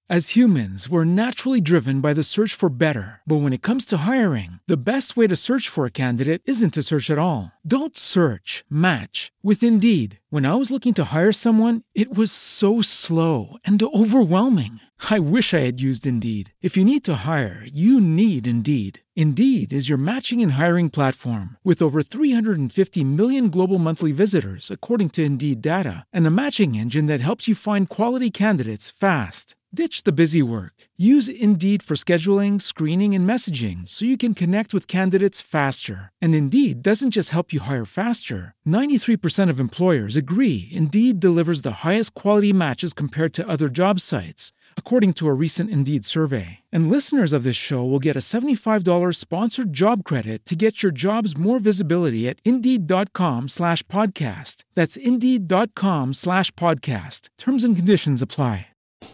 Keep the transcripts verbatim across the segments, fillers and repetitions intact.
As humans, we're naturally driven by the search for better. But when it comes to hiring, the best way to search for a candidate isn't to search at all. Don't search, match with Indeed. When I was looking to hire someone, it was so slow and overwhelming. I wish I had used Indeed. If you need to hire, you need Indeed. Indeed is your matching and hiring platform with over three hundred fifty million global monthly visitors, according to Indeed data, and a matching engine that helps you find quality candidates fast. Ditch the busy work. Use Indeed for scheduling, screening, and messaging so you can connect with candidates faster. And Indeed doesn't just help you hire faster. ninety-three percent of employers agree Indeed delivers the highest quality matches compared to other job sites, according to a recent Indeed survey. And listeners of this show will get a seventy-five dollars sponsored job credit to get your jobs more visibility at Indeed.com slash podcast. That's Indeed.com slash podcast. Terms and conditions apply.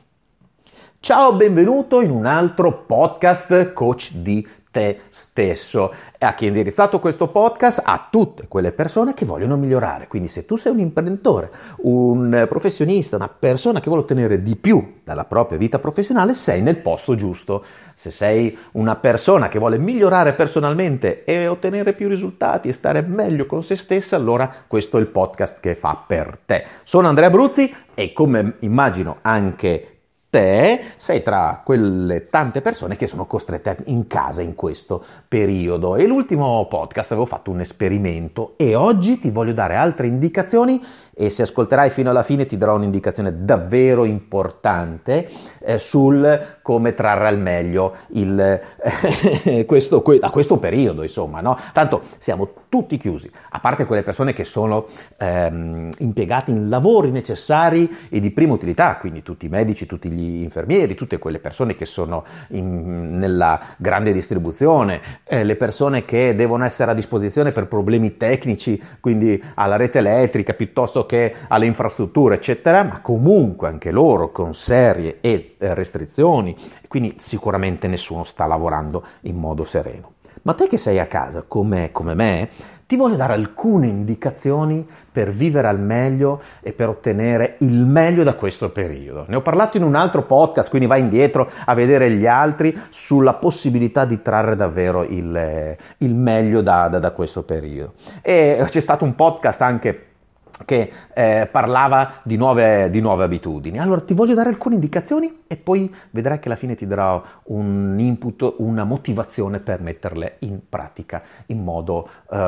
Ciao, benvenuto in un altro podcast Coach di te stesso. E a chi è indirizzato questo podcast? A tutte quelle persone che vogliono migliorare. Quindi se tu sei un imprenditore, un professionista, una persona che vuole ottenere di più dalla propria vita professionale, sei nel posto giusto. Se sei una persona che vuole migliorare personalmente e ottenere più risultati e stare meglio con se stessa, allora questo è il podcast che fa per te. Sono Andrea Bruzzi e come immagino anche te sei tra quelle tante persone che sono costrette in casa in questo periodo. E l'ultimo podcast avevo fatto un esperimento e oggi ti voglio dare altre indicazioni e se ascolterai fino alla fine ti darò un'indicazione davvero importante eh, sul come trarre al meglio il, eh, questo, que, a questo periodo, insomma, no? Tanto siamo tutti chiusi, a parte quelle persone che sono ehm, impiegate in lavori necessari e di prima utilità, quindi tutti i medici, tutti gli infermieri, tutte quelle persone che sono in, nella grande distribuzione, eh, le persone che devono essere a disposizione per problemi tecnici, quindi alla rete elettrica piuttosto che alle infrastrutture, eccetera, ma comunque anche loro con serie e eh, restrizioni, quindi sicuramente nessuno sta lavorando in modo sereno. Ma te che sei a casa, come, come me, ti voglio dare alcune indicazioni per vivere al meglio e per ottenere il meglio da questo periodo. Ne ho parlato in un altro podcast, quindi vai indietro a vedere gli altri sulla possibilità di trarre davvero il, il meglio da, da, da questo periodo. E c'è stato un podcast anche che eh, parlava di nuove, di nuove abitudini. Allora ti voglio dare alcune indicazioni e poi vedrai che alla fine ti darò un input, una motivazione per metterle in pratica in modo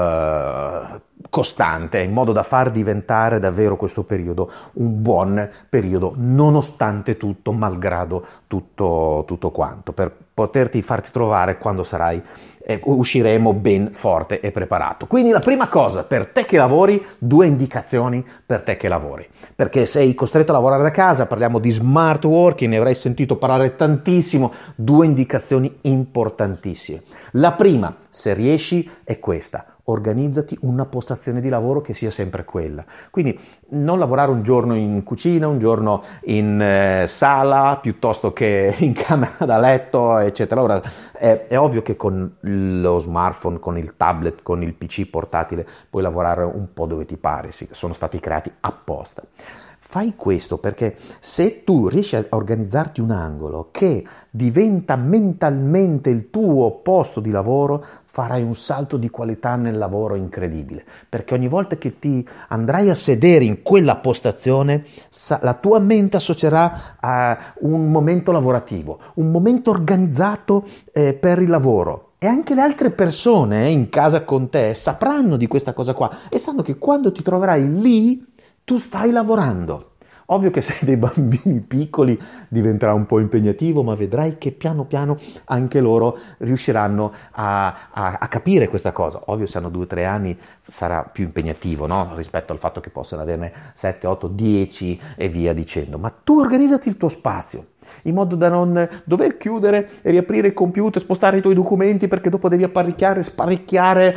eh, costante, in modo da far diventare davvero questo periodo un buon periodo, nonostante tutto, malgrado tutto, tutto quanto, per poterti farti trovare quando sarai eh, usciremo ben forte e preparato. Quindi la prima cosa, per te che lavori, due indicazioni per te che lavori, perché sei costretto a lavorare da casa, parliamo di smart working, ne avrai sentito parlare tantissimo, due indicazioni importantissime. La prima, se riesci, è questa: organizzati una postazione di lavoro che sia sempre quella. Quindi non lavorare un giorno in cucina, un giorno in eh, sala, piuttosto che in camera da letto, eccetera. Ora è, è ovvio che con lo smartphone, con il tablet, con il P C portatile puoi lavorare un po' dove ti pare, sì, sono stati creati apposta. Fai questo perché se tu riesci a organizzarti un angolo che diventa mentalmente il tuo posto di lavoro, farai un salto di qualità nel lavoro incredibile, perché ogni volta che ti andrai a sedere in quella postazione, la tua mente associerà a un momento lavorativo, un momento organizzato eh, per il lavoro. E anche le altre persone in casa con te sapranno di questa cosa qua e sanno che quando ti troverai lì tu stai lavorando. Ovvio che se hai dei bambini piccoli diventerà un po' impegnativo, ma vedrai che piano piano anche loro riusciranno a, a, a capire questa cosa. Ovvio se hanno due o tre anni sarà più impegnativo, no? Rispetto al fatto che possono averne sette, otto, dieci e via dicendo. Ma tu organizzati il tuo spazio, in modo da non dover chiudere e riaprire il computer, spostare i tuoi documenti perché dopo devi apparecchiare, sparecchiare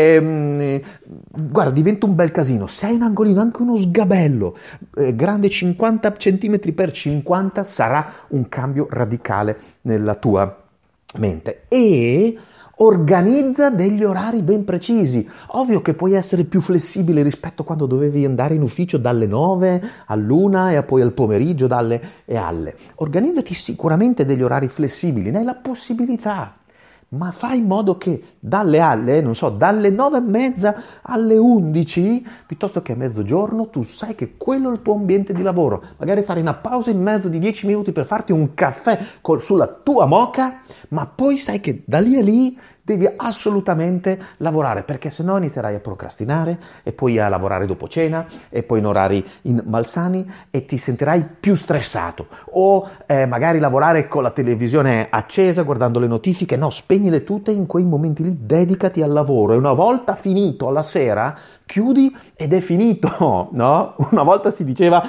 e, guarda, diventa un bel casino. Se hai un angolino, anche uno sgabello eh, grande cinquanta centimetri per cinquanta, sarà un cambio radicale nella tua mente. E Organizza degli orari ben precisi. Ovvio che puoi essere più flessibile rispetto a quando dovevi andare in ufficio dalle nove all'una e poi al pomeriggio dalle e alle. Organizzati sicuramente degli orari flessibili, ne hai la possibilità. Ma fai in modo che dalle alle, non so, dalle nove e mezza alle undici, piuttosto che a mezzogiorno, tu sai che quello è il tuo ambiente di lavoro. Magari fare una pausa in mezzo di dieci minuti per farti un caffè col, sulla tua moka, ma poi sai che da lì a lì devi assolutamente lavorare, perché sennò inizierai a procrastinare e poi a lavorare dopo cena e poi in orari in malsani e ti sentirai più stressato. O eh, magari lavorare con la televisione accesa guardando le notifiche. No, spegnile tutte, in quei momenti lì dedicati al lavoro e una volta finito alla sera chiudi ed è finito, no? Una volta si diceva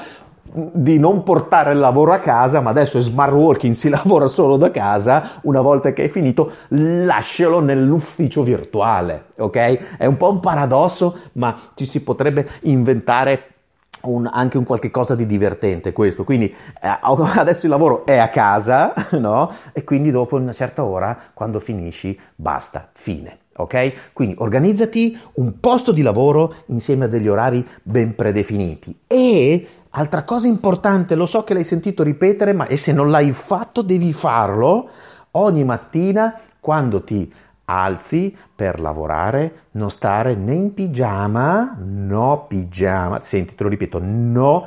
di non portare il lavoro a casa, ma adesso è smart working, si lavora solo da casa. Una volta che è finito, lascialo nell'ufficio virtuale, ok? È un po' un paradosso, ma ci si potrebbe inventare un, anche un qualche cosa di divertente questo. Quindi eh, adesso il lavoro è a casa, no? E quindi dopo una certa ora, quando finisci, basta, fine. Ok? Quindi organizzati un posto di lavoro insieme a degli orari ben predefiniti. E altra cosa importante, lo so che l'hai sentito ripetere, ma e se non l'hai fatto devi farlo, ogni mattina quando ti alzi per lavorare, non stare né in pigiama, no pigiama, senti, te lo ripeto, no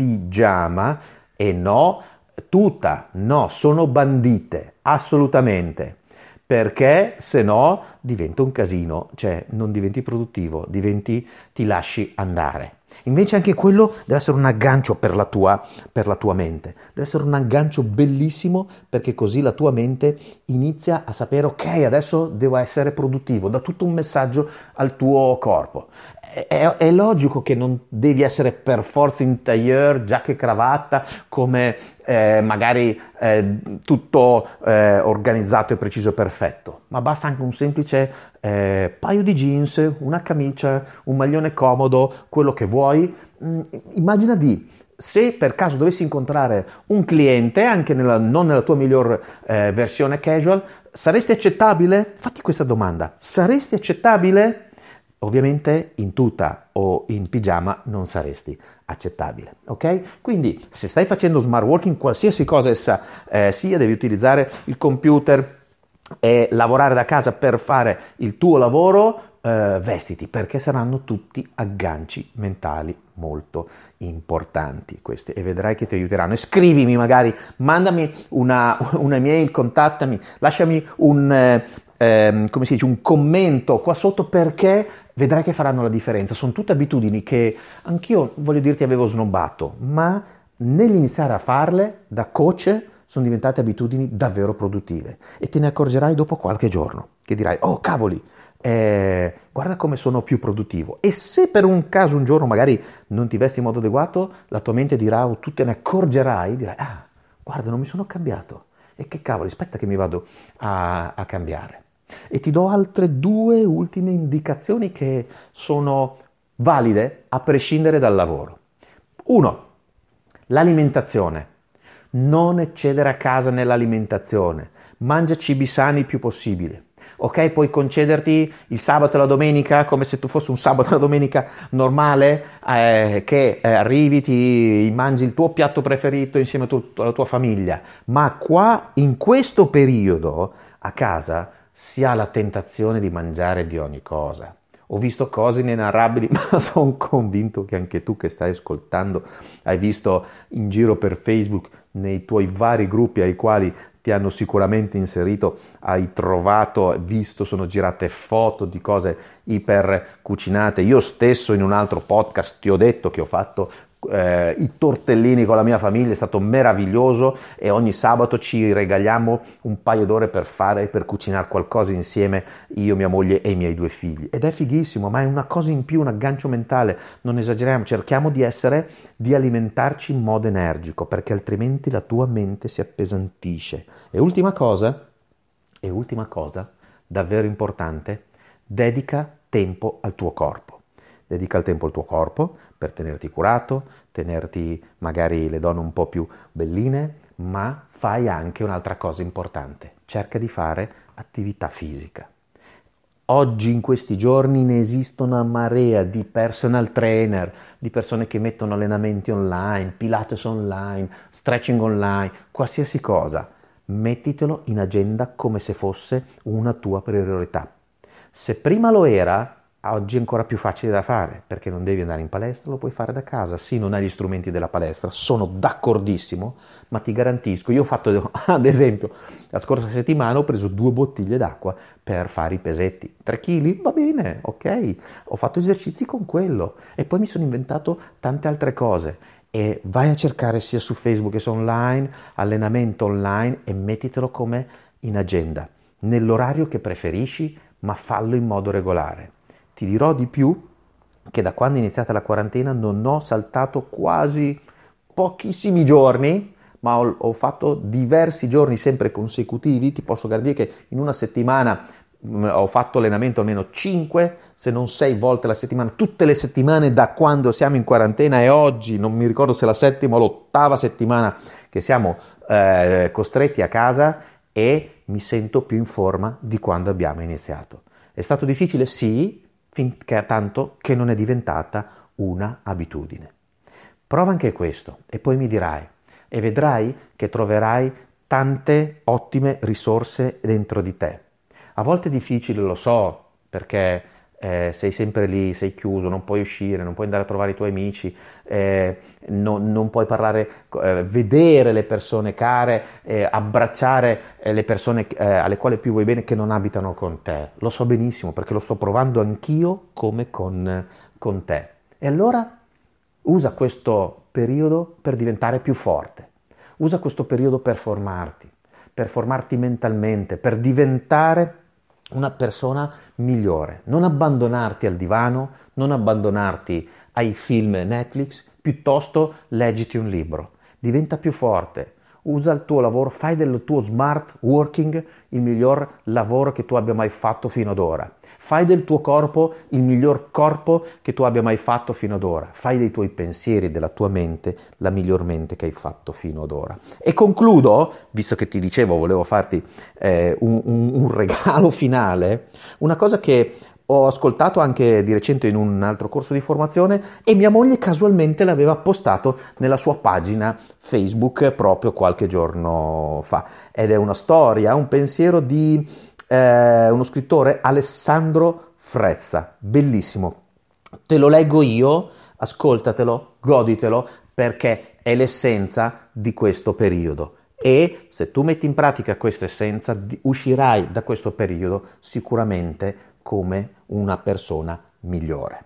pigiama e no tuta, no, sono bandite, assolutamente. Perché se no diventa un casino, cioè non diventi produttivo, diventi, ti lasci andare. Invece anche quello deve essere un aggancio per la tua, per la tua mente, deve essere un aggancio bellissimo, perché così la tua mente inizia a sapere ok, adesso devo essere produttivo, dà tutto un messaggio al tuo corpo. È, è, è logico che non devi essere per forza in tailleur, giacca e cravatta, come eh, magari eh, tutto eh, organizzato e preciso e perfetto, ma basta anche un semplice eh, paio di jeans, una camicia, un maglione comodo, quello che vuoi. Mm, immagina di, se per caso dovessi incontrare un cliente, anche nella, non nella tua miglior eh, versione casual, saresti accettabile? Fatti questa domanda, saresti accettabile? Ovviamente in tuta o in pigiama non saresti accettabile, ok? Quindi se stai facendo smart working, qualsiasi cosa essa eh, sia, devi utilizzare il computer e lavorare da casa per fare il tuo lavoro, eh, vestiti, perché saranno tutti agganci mentali molto importanti questi, e vedrai che ti aiuteranno. E scrivimi, magari mandami una, una email, contattami, lasciami un, eh, eh, come si dice, un commento qua sotto, perché vedrai che faranno la differenza. Sono tutte abitudini che anch'io, voglio dirti, avevo snobbato, ma nell'iniziare a farle da coach sono diventate abitudini davvero produttive, e te ne accorgerai dopo qualche giorno, che dirai, oh cavoli, eh, guarda come sono più produttivo. E se per un caso un giorno magari non ti vesti in modo adeguato, la tua mente dirà, o tu te ne accorgerai, dirai, ah, guarda, non mi sono cambiato, e che cavoli, aspetta che mi vado a, a cambiare. E ti do altre due ultime indicazioni che sono valide a prescindere dal lavoro. Uno, l'alimentazione. Non eccedere a casa nell'alimentazione. Mangia cibi sani il più possibile. Ok, puoi concederti il sabato e la domenica come se tu fossi un sabato e la domenica normale, eh, che eh, arrivi, ti mangi il tuo piatto preferito insieme a tutta la tua famiglia. Ma qua, in questo periodo, a casa, si ha la tentazione di mangiare di ogni cosa. Ho visto cose inenarrabili, ma sono convinto che anche tu che stai ascoltando hai visto in giro per Facebook, nei tuoi vari gruppi ai quali ti hanno sicuramente inserito, hai trovato, visto, sono girate foto di cose iper cucinate. Io stesso in un altro podcast ti ho detto che ho fatto Eh, i tortellini con la mia famiglia, è stato meraviglioso, e ogni sabato ci regaliamo un paio d'ore per fare, per cucinare qualcosa insieme, io, mia moglie e i miei due figli, ed è fighissimo, ma è una cosa in più, un aggancio mentale. Non esageriamo, cerchiamo di essere, di alimentarci in modo energico, perché altrimenti la tua mente si appesantisce. E ultima cosa, e ultima cosa davvero importante, dedica tempo al tuo corpo. Dedica il tempo al tuo corpo per tenerti curato, tenerti magari le donne un po' più belline, ma fai anche un'altra cosa importante. Cerca di fare attività fisica. Oggi, in questi giorni, ne esiste una marea di personal trainer, di persone che mettono allenamenti online, Pilates online, stretching online, qualsiasi cosa. Mettitelo in agenda come se fosse una tua priorità. Se prima lo era, oggi è ancora più facile da fare, perché non devi andare in palestra, lo puoi fare da casa. Sì, non hai gli strumenti della palestra, sono d'accordissimo, ma ti garantisco, io ho fatto, ad esempio, la scorsa settimana ho preso due bottiglie d'acqua per fare i pesetti. tre chili? Va bene, ok, ho fatto esercizi con quello e poi mi sono inventato tante altre cose. E vai a cercare sia su Facebook che su online, allenamento online, e mettitelo come in agenda, nell'orario che preferisci, ma fallo in modo regolare. Ti dirò di più che da quando è iniziata la quarantena non ho saltato quasi pochissimi giorni, ma ho, ho fatto diversi giorni sempre consecutivi. Ti posso garantire che in una settimana mh, ho fatto allenamento almeno cinque, se non sei volte alla settimana, tutte le settimane da quando siamo in quarantena, e oggi non mi ricordo se è la settima o l'ottava settimana che siamo eh, costretti a casa, e mi sento più in forma di quando abbiamo iniziato. È stato difficile? Sì, finché tanto che non è diventata una abitudine. Prova anche questo e poi mi dirai, e vedrai che troverai tante ottime risorse dentro di te. A volte è difficile, lo so, perché eh, sei sempre lì, sei chiuso, non puoi uscire, non puoi andare a trovare i tuoi amici, eh, no, non puoi parlare, eh, vedere le persone care, eh, abbracciare eh, le persone eh, alle quali più vuoi bene, che non abitano con te. Lo so benissimo, perché lo sto provando anch'io come con, con te. E allora usa questo periodo per diventare più forte, usa questo periodo per formarti, per formarti mentalmente, per diventare una persona migliore. Non abbandonarti al divano, non abbandonarti ai film Netflix, piuttosto leggiti un libro. Diventa più forte, usa il tuo lavoro, fai del tuo smart working il miglior lavoro che tu abbia mai fatto fino ad ora. Fai del tuo corpo il miglior corpo che tu abbia mai fatto fino ad ora. Fai dei tuoi pensieri, della tua mente, la miglior mente che hai fatto fino ad ora. E concludo, visto che ti dicevo, volevo farti eh, un, un, un regalo finale, una cosa che ho ascoltato anche di recente in un altro corso di formazione, e mia moglie casualmente l'aveva postato nella sua pagina Facebook proprio qualche giorno fa. Ed è una storia, un pensiero di Eh, uno scrittore, Alessandro Frezza, bellissimo. Te lo leggo io, ascoltatelo, goditelo, perché è l'essenza di questo periodo. E se tu metti in pratica questa essenza, uscirai da questo periodo sicuramente come una persona migliore.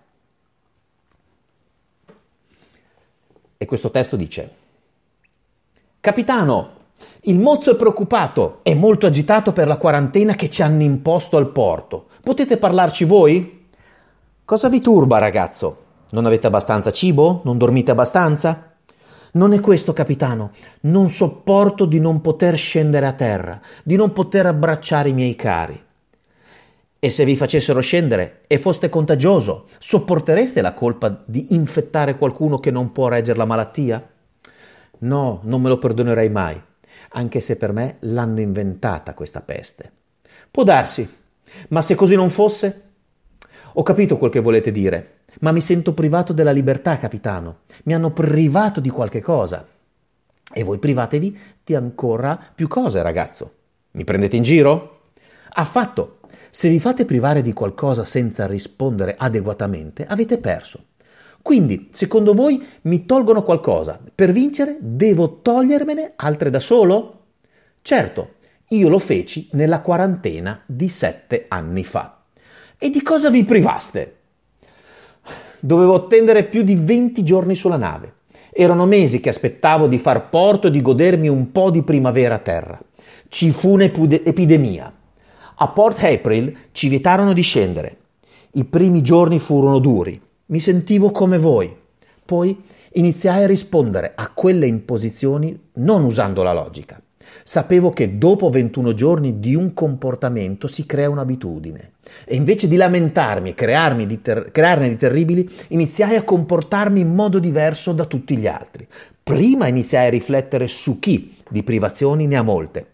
E questo testo dice: Capitano, il mozzo è preoccupato e molto agitato per la quarantena che ci hanno imposto al porto. Potete parlarci voi? Cosa vi turba, ragazzo? Non avete abbastanza cibo? Non dormite abbastanza? Non è questo, capitano. Non sopporto di non poter scendere a terra, di non poter abbracciare i miei cari. E se vi facessero scendere e foste contagioso, sopportereste la colpa di infettare qualcuno che non può reggere la malattia? No, non me lo perdonerei mai. Anche se per me l'hanno inventata questa peste. Può darsi, ma se così non fosse? Ho capito quel che volete dire, ma mi sento privato della libertà, capitano. Mi hanno privato di qualche cosa. E voi privatevi di ancora più cose, ragazzo. Mi prendete in giro? Affatto. Se vi fate privare di qualcosa senza rispondere adeguatamente, avete perso. Quindi, secondo voi, mi tolgono qualcosa. Per vincere, devo togliermene altre da solo? Certo, io lo feci nella quarantena di sette anni fa. E di cosa vi privaste? Dovevo attendere più di venti giorni sulla nave. Erano mesi che aspettavo di far porto e di godermi un po' di primavera a terra. Ci fu un'epidemia. A Port April ci vietarono di scendere. I primi giorni furono duri. Mi sentivo come voi. Poi iniziai a rispondere a quelle imposizioni non usando la logica. Sapevo che dopo ventuno giorni di un comportamento si crea un'abitudine. E invece di lamentarmi e crearmi di ter- crearne di terribili, iniziai a comportarmi in modo diverso da tutti gli altri. Prima iniziai a riflettere su chi di privazioni ne ha molte.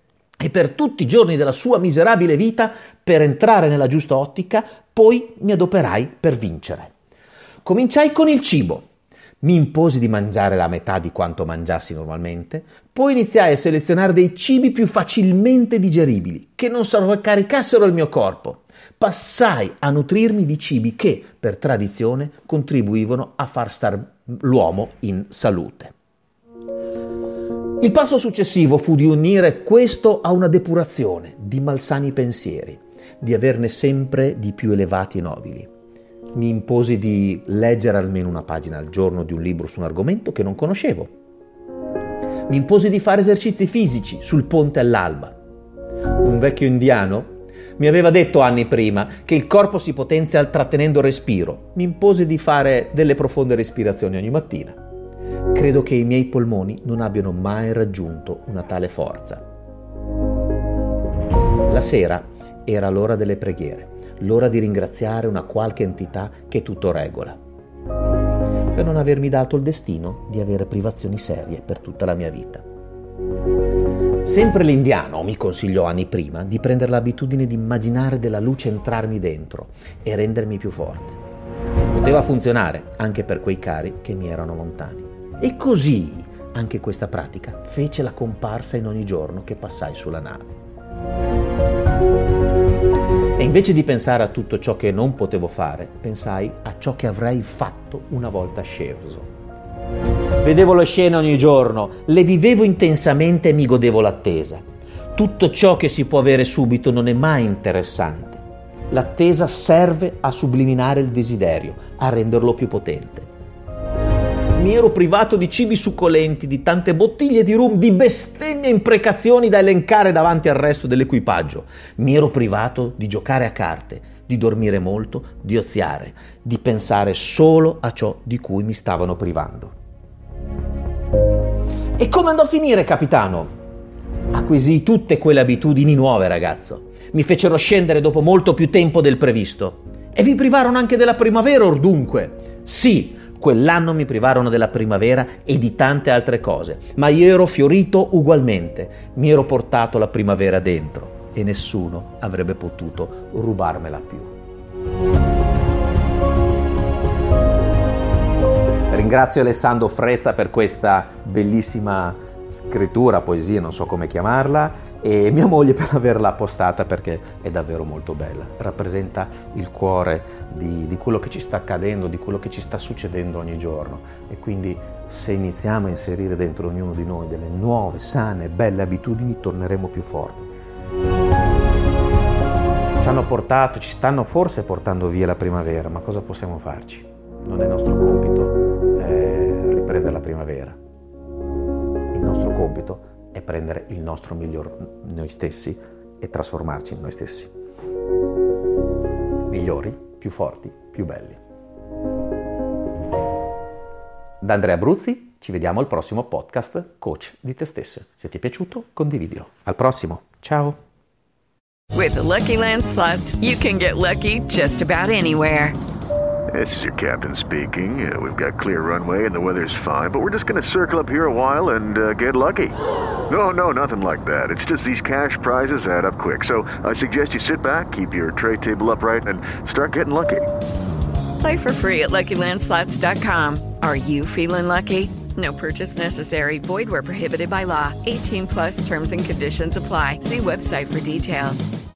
e per tutti i giorni della sua miserabile vita per entrare nella giusta ottica, poi mi adoperai per vincere. Cominciai con il cibo. Mi imposi di mangiare la metà di quanto mangiassi normalmente, poi iniziai a selezionare dei cibi più facilmente digeribili, che non sovraccaricassero il mio corpo. Passai a nutrirmi di cibi che, per tradizione, contribuivano a far star l'uomo in salute. Il passo successivo fu di unire questo a una depurazione di malsani pensieri, di averne sempre di più elevati e nobili. Mi imposi di leggere almeno una pagina al giorno di un libro su un argomento che non conoscevo. Mi imposi di fare esercizi fisici sul ponte all'alba. Un vecchio indiano mi aveva detto anni prima che il corpo si potenzia trattenendo il respiro. Mi imposi di fare delle profonde respirazioni ogni mattina. Credo che i miei polmoni non abbiano mai raggiunto una tale forza. La sera era l'ora delle preghiere, l'ora di ringraziare una qualche entità che tutto regola, per non avermi dato il destino di avere privazioni serie per tutta la mia vita. Sempre l'indiano mi consigliò anni prima di prendere l'abitudine di immaginare della luce entrarmi dentro e rendermi più forte. Poteva funzionare anche per quei cari che mi erano lontani. E così anche questa pratica fece la comparsa in ogni giorno che passai sulla nave. E invece di pensare a tutto ciò che non potevo fare, pensai a ciò che avrei fatto una volta sceso. Vedevo le scene ogni giorno, le vivevo intensamente e mi godevo l'attesa. Tutto ciò che si può avere subito non è mai interessante. L'attesa serve a subliminare il desiderio, a renderlo più potente. Mi ero privato di cibi succolenti, di tante bottiglie di rum, di bestemmie e imprecazioni da elencare davanti al resto dell'equipaggio. Mi ero privato di giocare a carte, di dormire molto, di oziare, di pensare solo a ciò di cui mi stavano privando. E come andò a finire, capitano? Acquisii tutte quelle abitudini nuove, ragazzo. Mi fecero scendere dopo molto più tempo del previsto. E vi privarono anche della primavera, or dunque? Sì, quell'anno mi privarono della primavera e di tante altre cose, ma io ero fiorito ugualmente. Mi ero portato la primavera dentro e nessuno avrebbe potuto rubarmela più. Ringrazio Alessandro Frezza per questa bellissima scrittura, poesia, non so come chiamarla, e mia moglie per averla postata perché è davvero molto bella. Rappresenta il cuore di, di quello che ci sta accadendo, di quello che ci sta succedendo ogni giorno. E quindi se iniziamo a inserire dentro ognuno di noi delle nuove, sane, belle abitudini, torneremo più forti. Ci hanno portato, ci stanno forse portando via la primavera, ma cosa possiamo farci? Non è nostro compito eh, riprendere la primavera. Il nostro compito è prendere il nostro miglior noi stessi e trasformarci in noi stessi. Migliori, più forti, più belli. Da Andrea Abruzzi, ci vediamo al prossimo podcast Coach di te stesso. Se ti è piaciuto, condividilo. Al prossimo. Ciao. With the Lucky Land Slots, you can get lucky just about anywhere. This is your captain speaking. Uh, we've got clear runway and the weather's fine, but we're just going to circle up here a while and uh, get lucky. No, no, nothing like that. It's just these cash prizes add up quick. So I suggest you sit back, keep your tray table upright, and start getting lucky. Play for free at Lucky Land Slots dot com. Are you feeling lucky? No purchase necessary. Void where prohibited by law. eighteen plus terms and conditions apply. See website for details.